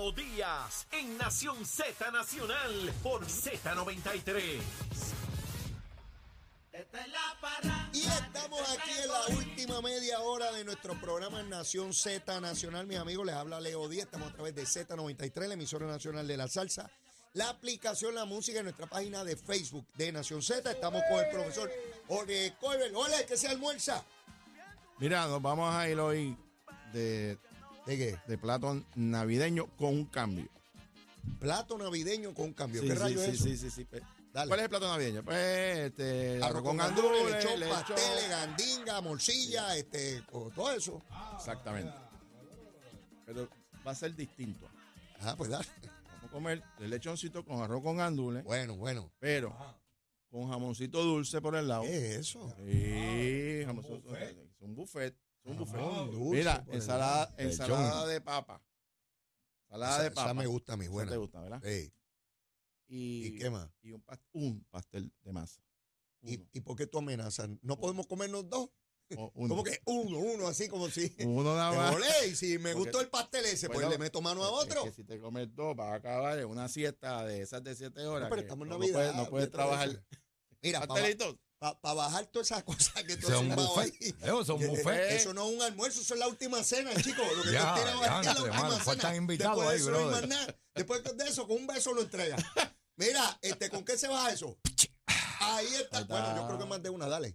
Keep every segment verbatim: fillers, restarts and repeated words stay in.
Leo Díaz en Nación Z Nacional por Z noventa y tres. Y estamos aquí en la última media hora de nuestro programa en Nación Z Nacional. Mis amigos, les habla Leo Díaz. Estamos a través de Z noventa y tres, la emisora nacional de la salsa, la aplicación La Música en nuestra página de Facebook de Nación Z. Estamos con el profesor Jorge Coibel. Hola, ¿qué se almuerza? Mira, nos vamos a ir hoy de, ¿De qué? de plato navideño con un cambio. Plato navideño con un cambio. Sí, ¿Qué sí, rayo sí, es eso? sí, sí, sí. Dale. ¿Cuál es el plato navideño? Pues este, Arroz con gandules, gandules, lechón, lechón. pasteles, gandinga, morcilla, este, todo eso. Exactamente. Pero va a ser distinto. Ah, pues dale. Vamos a comer el lechoncito con arroz con gandules, Bueno, bueno. pero con jamoncito dulce por el lado. ¿Qué es eso? Sí, jamoncito, es un buffet. Es un buffet. Jamón dulce Mira, por el ensalada, lado. ensalada de papa. Ensalada Esa, de papa. esa me gusta a mí, Esa buena. te gusta, ¿verdad? Sí. Y, ¿Y qué más? Y un, past- un pastel de masa. ¿Y, Uno. ¿Y por qué tú amenazas? ¿No podemos comernos dos? O uno. ¿Cómo que uno, uno, así como si... Uno nada Me más. volé, y si me Porque- gustó el pastel ese, pues Bueno, le meto mano a Es otro. que si te comes dos, vas a acabar en una siesta de esas de siete horas. No, pero que estamos en no Navidad. puedes, no puedes olvídate de trabajar. eso. Mira, para Pastelitos. bajar todas esas cosas que tú Eso has es un zumbado buffet. ahí. Eso es un Que- buffet. Eso no es un almuerzo, eso es la última cena, chicos. Lo que Ya, tú tienes ahí es la diantre, última mano, cena. faltan invitados Después de ahí, eso no hay brother. más nada. Después de eso, con un beso lo entrega. Mira, este, ¿con qué se baja eso? Ahí está. Ahí está. Bueno, yo creo que más de una, dale.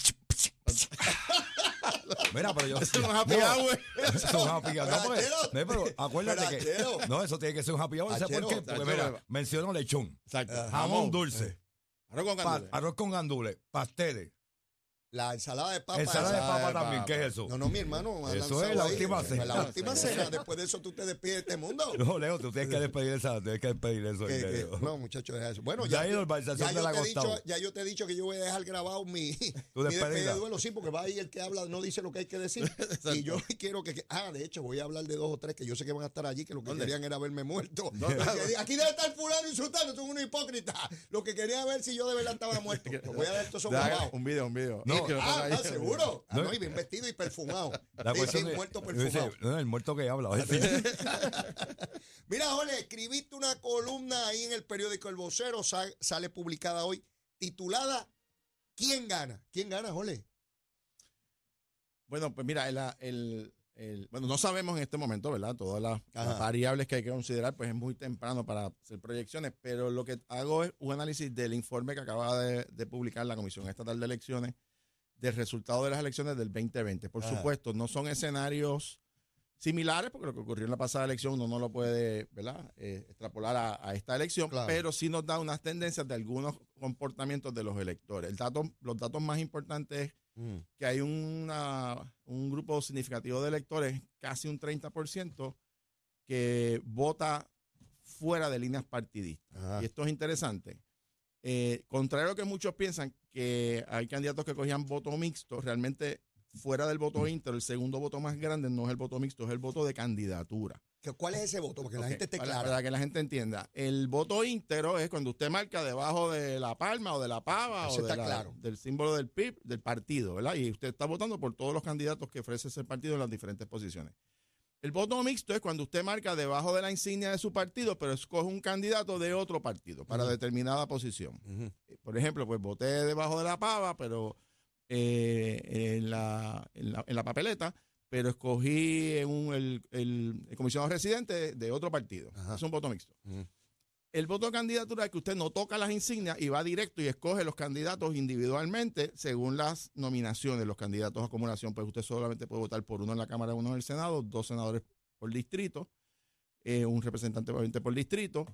Mira, pero yo. Eso es un happy No, hour. Eso es un happy hour. No, porque- Pero, no, pero acuérdate que. Achero. No, eso tiene que ser un happy hour. ¿Sabes por Achero, qué? Porque achero. mira, menciono lechón, Exacto. jamón dulce, Arroz con pa- gandules. arroz con gandules, pasteles, La ensalada de papa. ensalada de esa- papa de también. papa. ¿Qué es eso? No, no, mi hermano. me ha Eso lanzado es la ahí. última Pues cena. La última cena. Después de eso tú te despides de este mundo. No, Leo, tú tienes que despedir esa, tienes que despedir eso. Que- en que- serio. no, muchachos, deja eso. Bueno, Ya ya, ha ido ya, a urbanización ya de yo la te he dicho, Gustavo. ya yo te he dicho que yo voy a dejar grabado mi, Tu mi despedida. despedida de duelo, sí, porque va ahí el que habla, no dice lo que hay que decir. Y yo quiero que, que- ah, de hecho, voy a hablar de dos o tres que yo sé que van a estar allí, que lo que ¿Dónde? querían era verme muerto. ¿Dónde? Aquí- Aquí debe estar fulano insultando, son unos hipócritas. Lo que quería ver si yo de verdad estaba muerto. Lo voy a ver, estos son Da- grabados. Un video, un video. No. Que lo Ah, ponga ahí. ah, seguro. Ah, No. no, y bien vestido y perfumado. La Sí, cuestión sí, de- muerto dice, perfumado. no, el muerto que habla. Mira, Jorge, escribiste una columna ahí en el periódico El Vocero, sa- sale publicada hoy, titulada ¿Quién gana? ¿Quién gana, Jorge? Bueno, pues mira, el, el- el- bueno, no sabemos en este momento, ¿verdad? Todas las, Ajá. las variables que hay que considerar, pues es muy temprano para hacer proyecciones, pero lo que hago es un análisis del informe que acaba de, de publicar la Comisión Estatal de Elecciones del resultado de las elecciones del veinte veinte. Por Ajá. supuesto, no son escenarios similares, porque lo que ocurrió en la pasada elección uno no lo puede, ¿verdad? Eh, extrapolar a, a esta elección, Claro. pero sí nos da unas tendencias de algunos comportamientos de los electores. El dato, los datos más importantes es que hay una, un grupo significativo de electores, casi un treinta por ciento, que vota fuera de líneas partidistas. Ajá. Y esto es interesante. Eh, contrario a lo que muchos piensan, que hay candidatos que cogían voto mixto, realmente fuera del voto íntegro, el segundo voto más grande no es el voto mixto, es el voto de candidatura. ¿Qué- ¿Cuál es ese voto? Porque la Ok, gente esté para, clara. para que la gente entienda. El voto íntegro es cuando usted marca debajo de la palma o de la pava Eso o de está la- claro. del símbolo del P I B, del partido, ¿verdad? Y usted está votando por todos los candidatos que ofrece ese partido en las diferentes posiciones. El voto mixto es cuando usted marca debajo de la insignia de su partido, pero escoge un candidato de otro partido para Ujú. determinada posición. Ujú. Por ejemplo, pues voté debajo de la pava, pero eh, en, la, en, la, en la papeleta, pero escogí en un, el, el, el comisionado residente de otro partido. Ajá. Es un voto mixto. Ujú. El voto de candidatura es que usted no toca las insignias y va directo y escoge los candidatos individualmente según las nominaciones. Los candidatos a acumulación, pues usted solamente puede votar por uno en la Cámara, uno en el Senado, dos senadores por distrito, eh, un representante obviamente por distrito.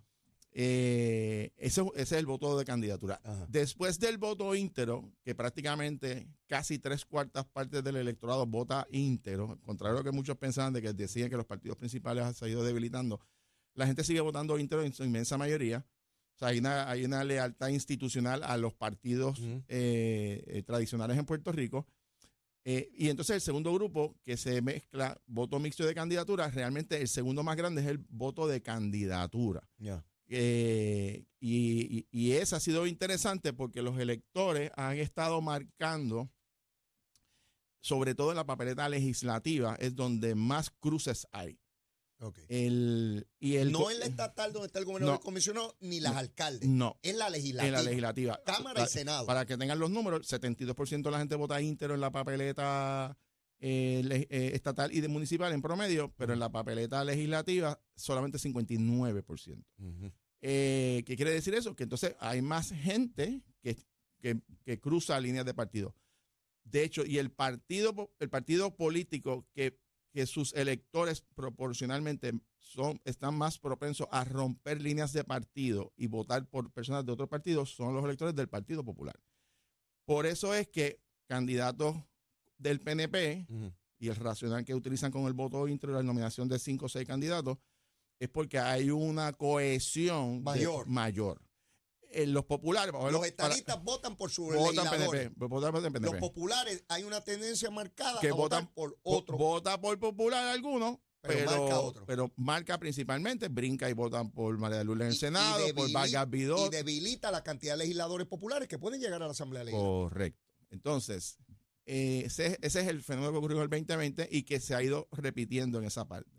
Eh, ese, ese es el voto de candidatura. Ajá. Después del voto íntero, que prácticamente casi tres cuartas partes del electorado vota íntero, contrario a lo que muchos pensaban de que decían que los partidos principales han ido debilitando, la gente sigue votando íntero en su inmensa mayoría. O sea, hay una, hay una lealtad institucional a los partidos Ujú. eh, eh, tradicionales en Puerto Rico. Eh, y entonces el segundo grupo que se mezcla voto mixto de candidatura, realmente el segundo más grande es el voto de candidatura. Ya. Eh, y, y, y esa ha sido interesante porque los electores han estado marcando, sobre todo en la papeleta legislativa, es donde más cruces hay. Okay. El, y el, no en la estatal donde está el gobernador no, del comisionado, ni las no, alcaldes. No. En la legislativa. En la legislativa. Cámara para, y Senado. Para que tengan los números, setenta y dos por ciento de la gente vota íntero en la papeleta eh, le, eh, estatal y de municipal en promedio, pero en la papeleta legislativa solamente cincuenta y nueve por ciento. Uh-huh. eh, ¿Qué quiere decir eso? Que entonces hay más gente que, que, que cruza líneas de partido. De hecho, y el partido, el partido político que, que sus electores proporcionalmente son, están más propensos a romper líneas de partido y votar por personas de otros partidos son los electores del Partido Popular. Por eso es que candidatos del P N P uh-huh. y el racional que utilizan con el voto íntero y la nominación de cinco o seis candidatos es porque hay una cohesión mayor. De, mayor. Eh, los populares, los los estadistas para, votan por su votan legisladores. P N P, votan P N P. Los populares hay una tendencia marcada que a votan votar por otro. Vota por popular algunos, pero, pero marca otro. Pero marca principalmente, brinca y votan por María de Lourdes en el Senado, y debilita, por Vargas Vidot. Y debilita la cantidad de legisladores populares que pueden llegar a la Asamblea Legislativa. Correcto. Entonces, eh, ese, ese es el fenómeno que ocurrió en el veinte veinte y que se ha ido repitiendo en esa parte.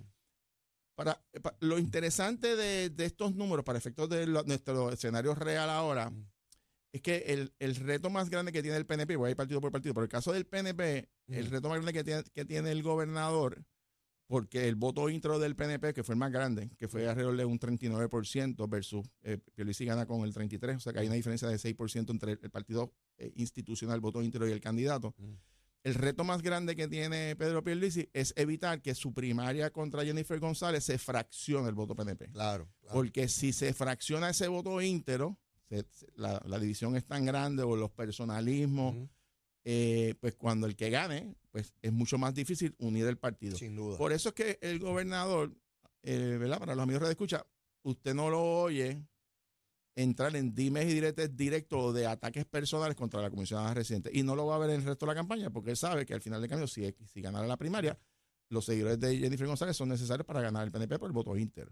Para, para, lo interesante de, de estos números, para efectos de lo, nuestro escenario real ahora, mm. es que el, el reto más grande que tiene el P N P, voy a ir partido por partido, pero el caso del P N P, mm. el reto más grande que tiene, que tiene el gobernador, porque el voto intro del P N P, que fue el más grande, que fue alrededor de un treinta y nueve por ciento versus eh, Pierluisi gana con el treinta y tres por ciento, o sea que hay una diferencia de seis por ciento entre el, el partido eh, institucional, voto intro y el candidato. Mm. El reto más grande que tiene Pedro Pierluisi es evitar que su primaria contra Jennifer González se fraccione el voto P N P. Claro. claro. Porque si se fracciona ese voto íntero, se, se, la, la división es tan grande o los personalismos, uh-huh. eh, pues cuando el que gane, pues es mucho más difícil unir el partido. Sin duda. Por eso es que el gobernador, eh, ¿verdad? Para los amigos de escucha, usted no lo oye entrar en dimes y diretes directos de ataques personales contra la comisionada residente. Y no lo va a ver en el resto de la campaña porque él sabe que al final del camino, si, si ganara la primaria, los seguidores de Jennifer González son necesarios para ganar el P N P por el voto íntero.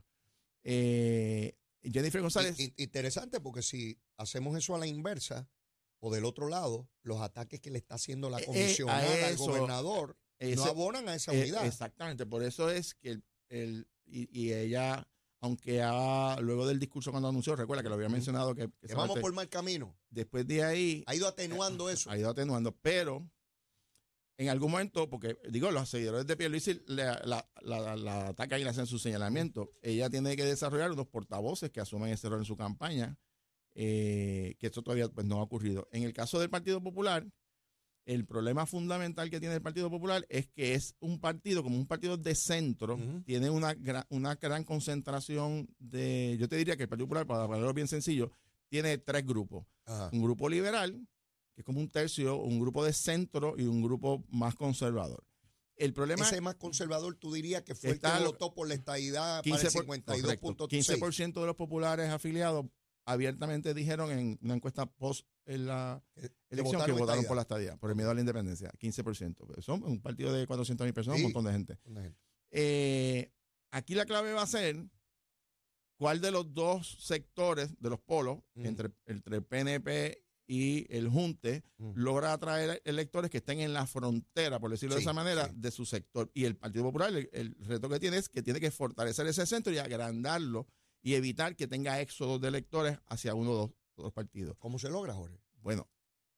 Eh, Jennifer González... I, interesante porque si hacemos eso a la inversa, o del otro lado, los ataques que le está haciendo la comisionada eh, al gobernador ese, no abonan a esa unidad. Eh, exactamente, por eso es que el, el y, y ella... Aunque ha, luego del discurso cuando anunció, recuerda que lo había mencionado que, que, que vamos por mal camino. Después de ahí ha ido atenuando eh, eso. Ha ido atenuando, pero en algún momento, porque digo, los seguidores de Pierluisi la, la, la, la atacan y le hacen su señalamiento. Uh-huh. Ella tiene que desarrollar unos portavoces que asumen ese rol en su campaña, eh, que esto todavía pues, no ha ocurrido. En el caso del Partido Popular, el problema fundamental que tiene el Partido Popular es que es un partido, como un partido de centro, uh-huh. tiene una, gra, una gran concentración de, yo te diría que el Partido Popular, para hablarlo bien sencillo, tiene tres grupos. Uh-huh. Un grupo liberal, que es como un tercio, un grupo de centro y un grupo más conservador. El problema Ese más conservador, tú dirías que fue el que votó por la estadidad para el cincuenta y dos punto seis. quince por ciento de los populares afiliados abiertamente dijeron en una encuesta post en la elección que votaron por la estadía, por el miedo a la independencia, quince por ciento. Son un partido de cuatrocientas mil personas, sí, un montón de gente. gente. Eh, aquí la clave va a ser cuál de los dos sectores, de los polos, mm. entre, entre el P N P y el Junte, mm. logra atraer electores que estén en la frontera, por decirlo sí, de esa manera, sí. de su sector. Y el Partido Popular, el, el reto que tiene es que tiene que fortalecer ese centro y agrandarlo y evitar que tenga éxodos de electores hacia uno o dos, dos partidos. ¿Cómo se logra, Jorge? Bueno,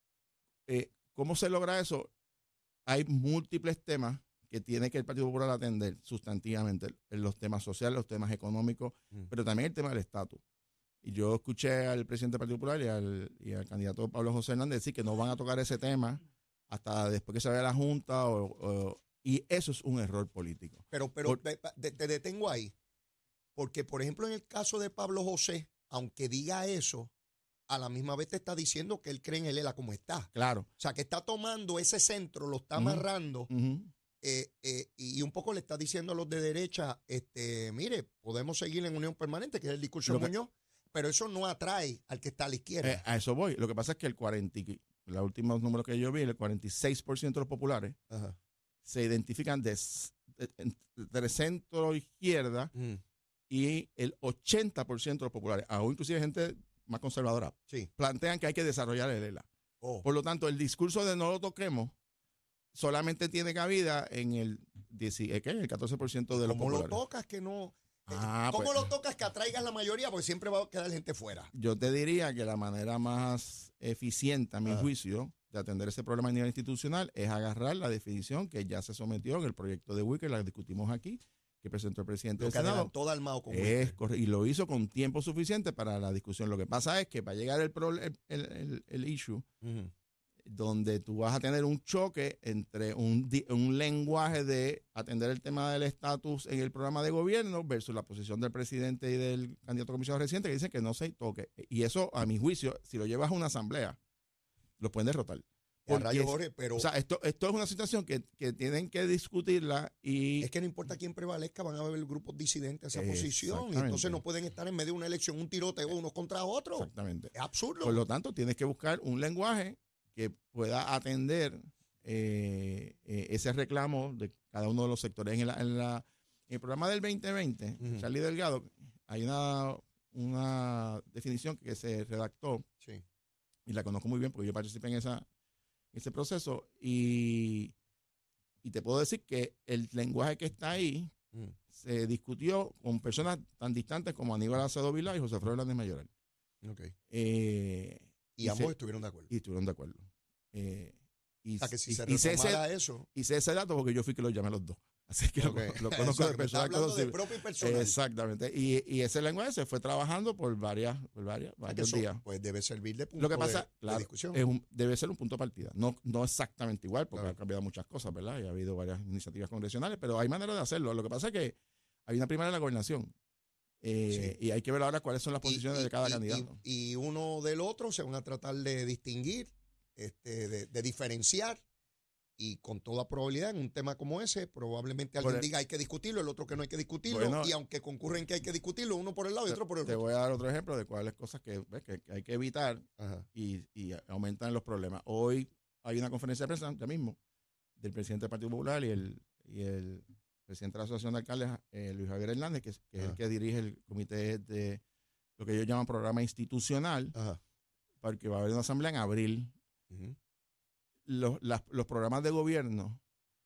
eh, ¿cómo se logra eso? Hay múltiples temas que tiene que el Partido Popular atender sustantivamente, en los temas sociales, los temas económicos, mm. pero también el tema del estatus. Y yo escuché al presidente del Partido Popular y al, y al candidato Pablo José Hernández decir que no van a tocar ese tema hasta después que se vaya la Junta, o, o, y eso es un error político. Pero, pero Por, te, te detengo ahí. Porque, por ejemplo, en el caso de Pablo José, aunque diga eso, a la misma vez te está diciendo que él cree en el E L A como está. Claro. O sea, que está tomando ese centro, lo está uh-huh. amarrando, uh-huh. eh, eh, y un poco le está diciendo a los de derecha, este, mire, podemos seguir en unión permanente, que es el discurso de Muñoz, pero eso no atrae al que está a la izquierda. Eh, a eso voy. Lo que pasa es que el cuarenta, los últimos números que yo vi, el cuarenta y seis por ciento de los populares uh-huh. se identifican de, de, de, de centro izquierda, uh-huh. y el ochenta por ciento de los populares, aún inclusive gente más conservadora, sí. plantean que hay que desarrollar el E L A. Oh. Por lo tanto, el discurso de no lo toquemos solamente tiene cabida en el, diez, ¿qué? En el catorce por ciento de los ¿Cómo lo populares. tocas que no? Ah, ¿Cómo pues, lo tocas que atraigas la mayoría? Porque siempre va a quedar gente fuera. yo te diría que la manera más eficiente, a mi Ajá. juicio, de atender ese problema a nivel institucional es agarrar la definición que ya se sometió en el proyecto de Wicker, la discutimos aquí, que presentó el presidente Lo del que Senado. adelantó Dalmau con Es Wicker. corre- y lo hizo con tiempo suficiente para la discusión. Lo que pasa es que para llegar el, prole- el, el, el issue, Ujú. donde tú vas a tener un choque entre un, di- un lenguaje de atender el tema del estatus en el programa de gobierno versus la posición del presidente y del candidato a comisionado reciente que dicen que no se toque. Y eso, a mi juicio, si lo llevas a una asamblea, lo pueden derrotar. Y a Porque rayos, es- Jorge, pero O sea, esto, esto es una situación que, que tienen que discutirla y es que no importa quién prevalezca, van a haber grupos disidentes a esa posición. Y Exactamente. entonces no pueden estar en medio de una elección, un tiroteo unos contra otros. exactamente. Es absurdo. Por lo tanto, tienes que buscar un lenguaje que pueda atender eh, eh, ese reclamo de cada uno de los sectores. En, la- en la- en el programa del veinte veinte, Ujú. Charlie Delgado, hay una, una definición que se redactó Sí. y la conozco muy bien porque yo participé en esa, ese proceso y, y te puedo decir que el lenguaje que está ahí Ujú. se discutió con personas tan distantes como Aníbal Acevedo Vilá y José Alfredo Hernández Mayoral. Ok. Eh, Y, Y ambos se- estuvieron de acuerdo. y estuvieron de acuerdo. Eh, y, O sea, que si y- se y sé ese, retomara eso. y sé ese dato porque yo fui que los llamé a los dos. Así que lo- Ok. lo, O conozco sea, de que me está persona hablando de conocida. propio y personal. Exactamente. Y, y ese lenguaje se fue trabajando por varias, por varias, O sea, que varios eso, días. pues debe servir de punto Lo que de- pasa, de, claro, discusión. es un- debe ser un punto de partida. No, no exactamente igual, porque Claro. han cambiado muchas cosas, ¿verdad? Y ha habido varias iniciativas congresionales, pero hay maneras de hacerlo. Lo que pasa es que hay una primaria de la gobernación. Eh, Y hay que ver ahora cuáles son las Y- posiciones y- de cada y- candidato. Y, y uno del otro se van a tratar de distinguir, este, de, de diferenciar. Y con toda probabilidad, en un tema como ese, probablemente alguien Por el- diga hay que discutirlo, el otro que no hay que discutirlo. Bueno, y aunque concurren que hay que discutirlo, uno por el lado y otro por el Te otro. voy a dar otro ejemplo de cuáles cosas que, ves, que, que hay que evitar Ajá. y, y aumentan los problemas. Hoy hay una conferencia de prensa, ya mismo, del presidente del Partido Popular y el, y el presidente de la Asociación de Alcaldes, eh, Luis Javier Hernández, que, es- que es el Ajá. que dirige el comité de lo que ellos llaman programa institucional, Ajá. porque va a haber una asamblea en abril. Ujú. Los, las- los programas de gobierno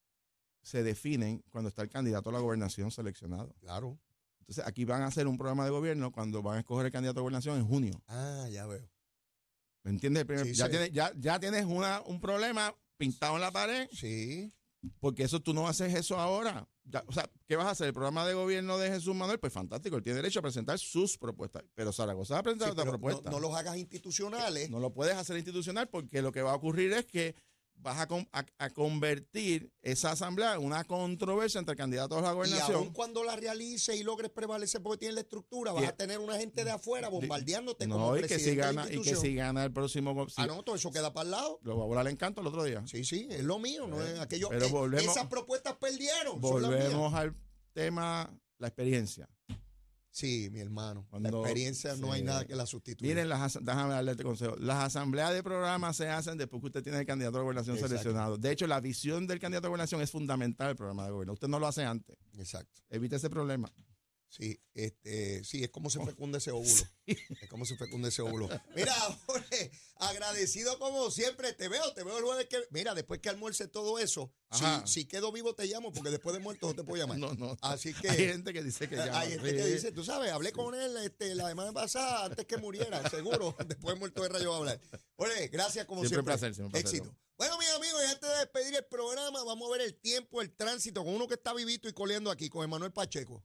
se definen cuando está el candidato a la gobernación seleccionado. Claro. Entonces, aquí van a hacer un programa de gobierno cuando van a escoger el candidato a gobernación en junio. Ah, ya veo. ¿Me entiendes? El primer- Sí, ya, sí. tienes, ya, ya tienes una, un problema pintado en la pared, Sí. porque eso tú no haces eso ahora. Ya, o sea, ¿qué vas a hacer? ¿El programa de gobierno de Jesús Manuel? Pues fantástico, él tiene derecho a presentar sus propuestas. Pero Zaragoza va a presentar Sí, otra pero no, propuesta. no los hagas institucionales. No lo puedes hacer institucional porque lo que va a ocurrir es que vas a, con- a- a convertir esa asamblea en una controversia entre candidatos a la Y gobernación. aun cuando la realices y logres prevalecer porque tienes la estructura, vas Tie- a tener una gente de afuera bombardeándote No, como y que, presidente si de la gana, y que institución. si gana el próximo... go- si- Ah, no, todo eso queda para el lado. Lo va a volar el encanto el otro día. Sí, sí, es lo mío, no es aquello. Pero eh, volvemos- esas propuestas perdieron. son las mías. Volvemos al tema, la experiencia. Sí, mi hermano. Cuando- la experiencia no hay sí. nada que la sustituya. Miren, las, asa- déjame darle este consejo. Las asambleas de programa se hacen después que usted tiene el candidato a la gobernación Exacto. seleccionado. De hecho, la visión del candidato a la gobernación es fundamental del programa de gobierno. Usted no lo hace antes. Exacto. Evite ese problema. Sí, este, sí, es como se fecunda ese óvulo. Es como se fecunda ese óvulo. Mira, Jorge, agradecido como siempre. Te veo, te veo el jueves que. Mira, después que almuerce todo eso, si, Ajá. si quedo vivo te llamo, porque después de muerto no te puedo llamar. No, no. Así que. Hay gente que dice que ya. Hay gente que dice, tú sabes, hablé con él este, la semana pasada antes que muriera, seguro. Después de muerto de rayo va a hablar. Jorge, gracias como Siempre un siempre. placer, siempre un placer. Éxito. Bueno, mis amigos, y antes de despedir el programa, vamos a ver el tiempo, el tránsito con uno que está vivito y coleando aquí, con Emanuel Pacheco.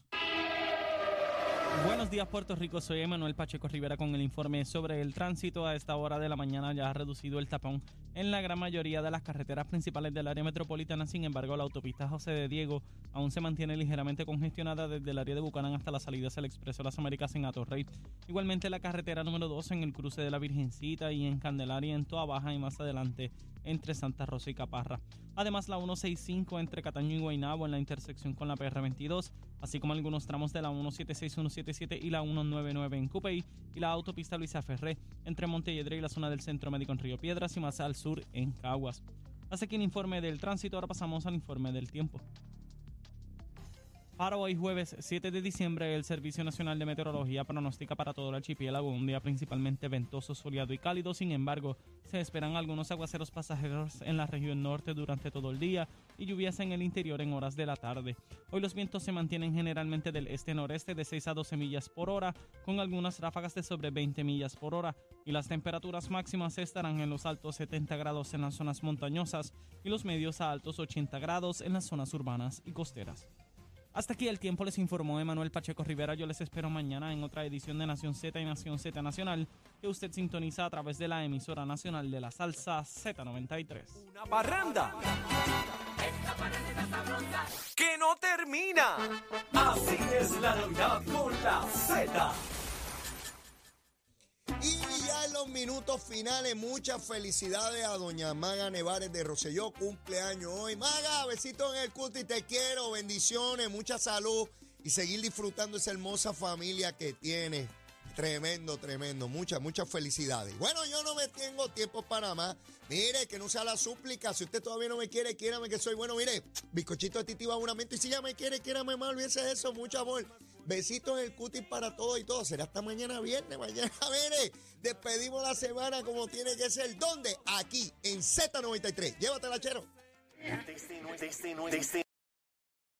Buenos días, Puerto Rico. Soy Emanuel Pacheco Rivera con el informe sobre el tránsito. A esta hora de la mañana ya ha reducido el tapón en la gran mayoría de las carreteras principales del área metropolitana. Sin embargo, la autopista José de Diego aún se mantiene ligeramente congestionada desde el área de Bucanán hasta la salida hacia el Expreso Las Américas en Atorrey. Igualmente, la carretera número dos en el cruce de la Virgencita y en Candelaria en Toa Baja y más adelante entre Santa Rosa y Caparra. Además, la ciento sesenta y cinco entre Cataño y Guaynabo en la intersección con la P R veintidós, así como algunos tramos de la ciento setenta y seis, ciento setenta y siete y la ciento noventa y nueve en Cupey, y la autopista Luisa Ferré entre Montelledre y la zona del Centro Médico en Río Piedras y más al sur en Caguas. Hasta aquí el informe del tránsito. Ahora pasamos al informe del tiempo. Para hoy jueves siete de diciembre, el Servicio Nacional de Meteorología pronostica para todo el archipiélago un día principalmente ventoso, soleado y cálido. Sin embargo, se esperan algunos aguaceros pasajeros en la región norte durante todo el día y lluvias en el interior en horas de la tarde. Hoy los vientos se mantienen generalmente del este-noreste de seis a doce millas por hora, con algunas ráfagas de sobre veinte millas por hora, y las temperaturas máximas estarán en los altos setenta grados en las zonas montañosas y los medios a altos ochenta grados en las zonas urbanas y costeras. Hasta aquí el tiempo, les informó Emanuel Pacheco Rivera. Yo les espero mañana en otra edición de Nación Z y Nación Z Nacional, que usted sintoniza a través de la emisora nacional de la salsa Z noventa y tres. Una parranda que no termina. Así es la Navidad con la Z. Y ya en los minutos finales, muchas felicidades a doña Maga Nevares de Rosselló, cumpleaños hoy. Maga, besitos en el cuti, te quiero, bendiciones, mucha salud y seguir disfrutando esa hermosa familia que tienes. Tremendo, tremendo, muchas, muchas felicidades. Bueno, yo no me tengo tiempo para más. Mire, que no sea la súplica. Si usted todavía no me quiere, quiérame que soy bueno. Mire, bizcochito de Titi Baburamento. Y si ya me quiere, quiérame más, olvídese eso, mucho amor. Besitos en el cutis para todos y todos. Será hasta mañana viernes. Mañana, mire, despedimos la semana como tiene que ser. ¿Dónde? Aquí, en Z noventa y tres. Llévatela, chero. Desde, desde, desde,